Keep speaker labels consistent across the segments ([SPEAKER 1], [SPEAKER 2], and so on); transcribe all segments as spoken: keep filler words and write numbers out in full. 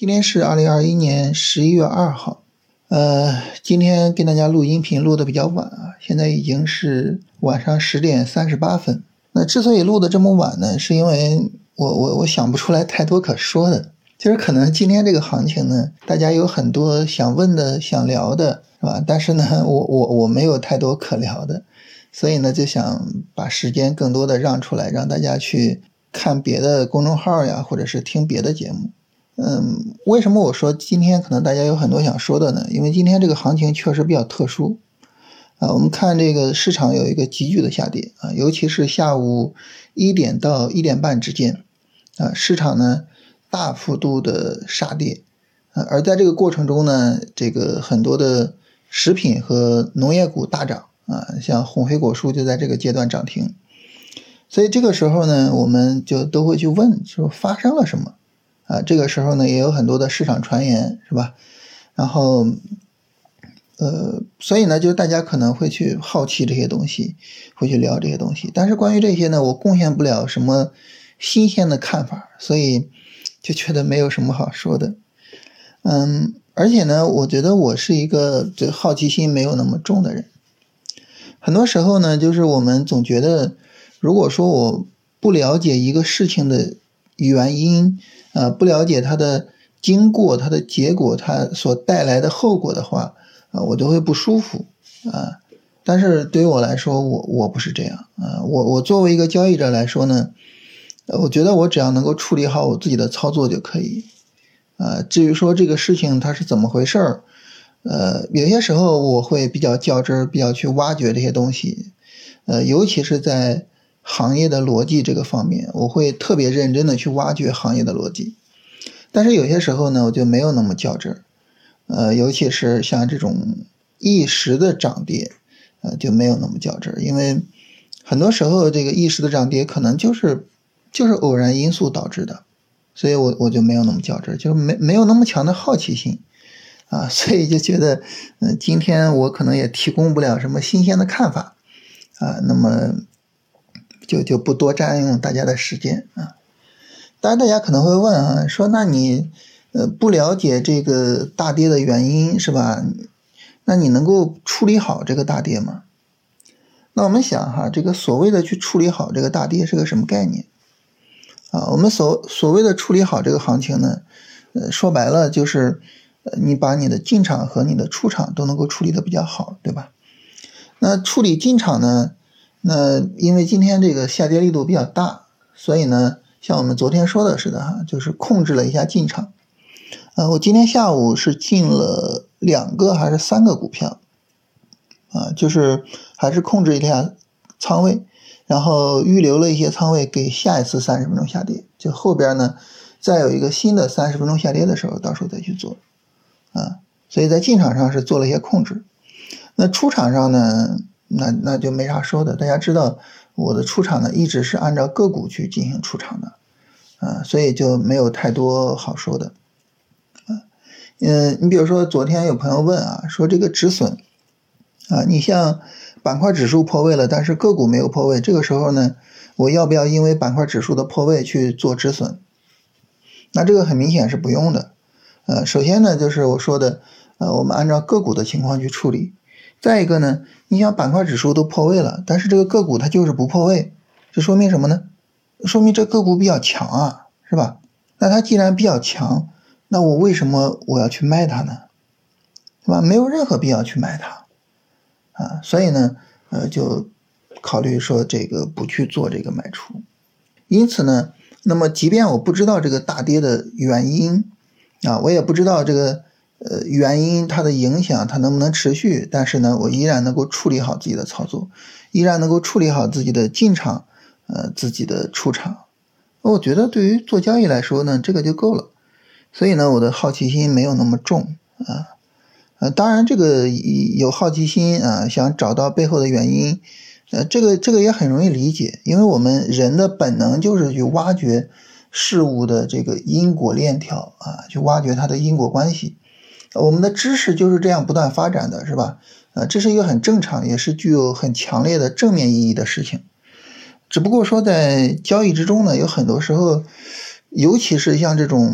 [SPEAKER 1] 今天是二零二一年十一月二号，呃，今天跟大家录音频录的比较晚啊，现在已经是晚上十点三十八分。那之所以录的这么晚呢，是因为我我我想不出来太多可说的。就是可能今天这个行情呢，大家有很多想问的、想聊的，是吧？但是呢，我我我没有太多可聊的，所以呢，就想把时间更多的让出来，让大家去看别的公众号呀，或者是听别的节目。嗯，为什么我说今天可能大家有很多想说的呢？因为今天这个行情确实比较特殊啊。我们看这个市场有一个急剧的下跌啊，尤其是下午一点到一点半之间啊，市场呢大幅度的杀跌啊，而在这个过程中呢，这个很多的食品和农业股大涨啊，像红黑果蔬就在这个阶段涨停。所以这个时候呢，我们就都会去问说发生了什么啊，这个时候呢也有很多的市场传言，是吧？然后呃，所以呢就大家可能会去好奇这些东西，会去聊这些东西，但是关于这些呢，我贡献不了什么新鲜的看法，所以就觉得没有什么好说的。嗯，而且呢，我觉得我是一个这个好奇心没有那么重的人。很多时候呢，就是我们总觉得，如果说我不了解一个事情的原因，呃，不了解它的经过、它的结果、它所带来的后果的话，啊、呃，我就会不舒服啊。但是对于我来说，我我不是这样啊。我我作为一个交易者来说呢，我觉得我只要能够处理好我自己的操作就可以啊。至于说这个事情它是怎么回事儿，呃，有些时候我会比较较真儿，比较去挖掘这些东西，呃，尤其是在行业的逻辑这个方面，我会特别认真的去挖掘行业的逻辑。但是有些时候呢，我就没有那么较真儿，呃，尤其是像这种一时的涨跌，呃，就没有那么较真儿，因为很多时候这个一时的涨跌可能就是就是偶然因素导致的，所以我我就没有那么较真儿，就是没没有那么强的好奇心。啊，所以就觉得，嗯、呃，今天我可能也提供不了什么新鲜的看法，啊，那么就就不多占用大家的时间啊。当然，大家可能会问啊，说那你呃不了解这个大跌的原因是吧？那你能够处理好这个大跌吗？那我们想哈，这个所谓的去处理好这个大跌是个什么概念啊？我们所所谓的处理好这个行情呢，呃，说白了就是。呃，你把你的进场和你的出场都能够处理的比较好，对吧？那处理进场呢，那因为今天这个下跌力度比较大，所以呢，像我们昨天说的似的哈，就是控制了一下进场。呃，我今天下午是进了两个还是三个股票，啊，就是还是控制一下仓位，然后预留了一些仓位给下一次三十分钟下跌，就后边呢，再有一个新的三十分钟下跌的时候，到时候再去做。啊，所以在进场上是做了一些控制。那出场上呢，那那就没啥说的。大家知道我的出场呢一直是按照个股去进行出场的，啊，所以就没有太多好说的。啊，嗯，你比如说昨天有朋友问啊，说这个止损啊，你像板块指数破位了，但是个股没有破位，这个时候呢，我要不要因为板块指数的破位去做止损？那这个很明显是不用的。呃，首先呢，就是我说的，呃，我们按照个股的情况去处理。再一个呢，你想板块指数都破位了，但是这个个股它就是不破位，这说明什么呢？说明这个股比较强啊，是吧？那它既然比较强，那我为什么我要去卖它呢？是吧？没有任何必要去卖它啊，所以呢，呃，就考虑说这个不去做这个卖出。因此呢，那么即便我不知道这个大跌的原因，啊，我也不知道这个呃原因它的影响它能不能持续，但是呢，我依然能够处理好自己的操作，依然能够处理好自己的进场，呃，自己的出场。我觉得对于做交易来说呢，这个就够了。所以呢，我的好奇心没有那么重啊。呃，当然这个有好奇心啊，想找到背后的原因，呃，这个这个也很容易理解，因为我们人的本能就是去挖掘事物的这个因果链条啊，去挖掘它的因果关系。我们的知识就是这样不断发展的，是吧？呃，这是一个很正常，也是具有很强烈的正面意义的事情。只不过说在交易之中呢，有很多时候，尤其是像这种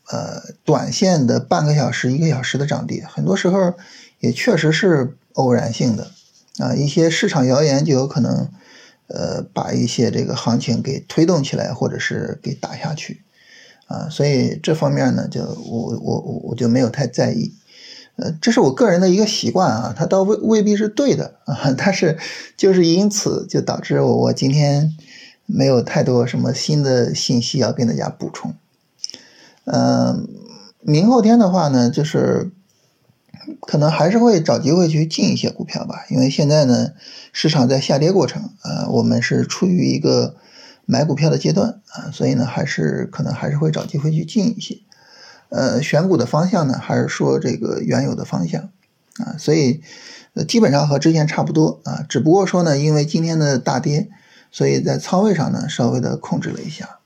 [SPEAKER 1] 呃短线的半个小时一个小时的涨跌，很多时候也确实是偶然性的啊，一些市场谣言就有可能呃把一些这个行情给推动起来，或者是给打下去啊，所以这方面呢就我我我就没有太在意。呃，这是我个人的一个习惯啊，它倒未未必是对的啊，但是就是因此就导致我我今天没有太多什么新的信息要跟大家补充。嗯、呃，明后天的话呢，就是可能还是会找机会去进一些股票吧，因为现在呢市场在下跌过程啊、呃，我们是处于一个买股票的阶段啊，所以呢还是可能还是会找机会去进一些。呃，选股的方向呢，还是说这个原有的方向啊，所以呃基本上和之前差不多啊，只不过说呢，因为今天的大跌，所以在仓位上呢稍微的控制了一下。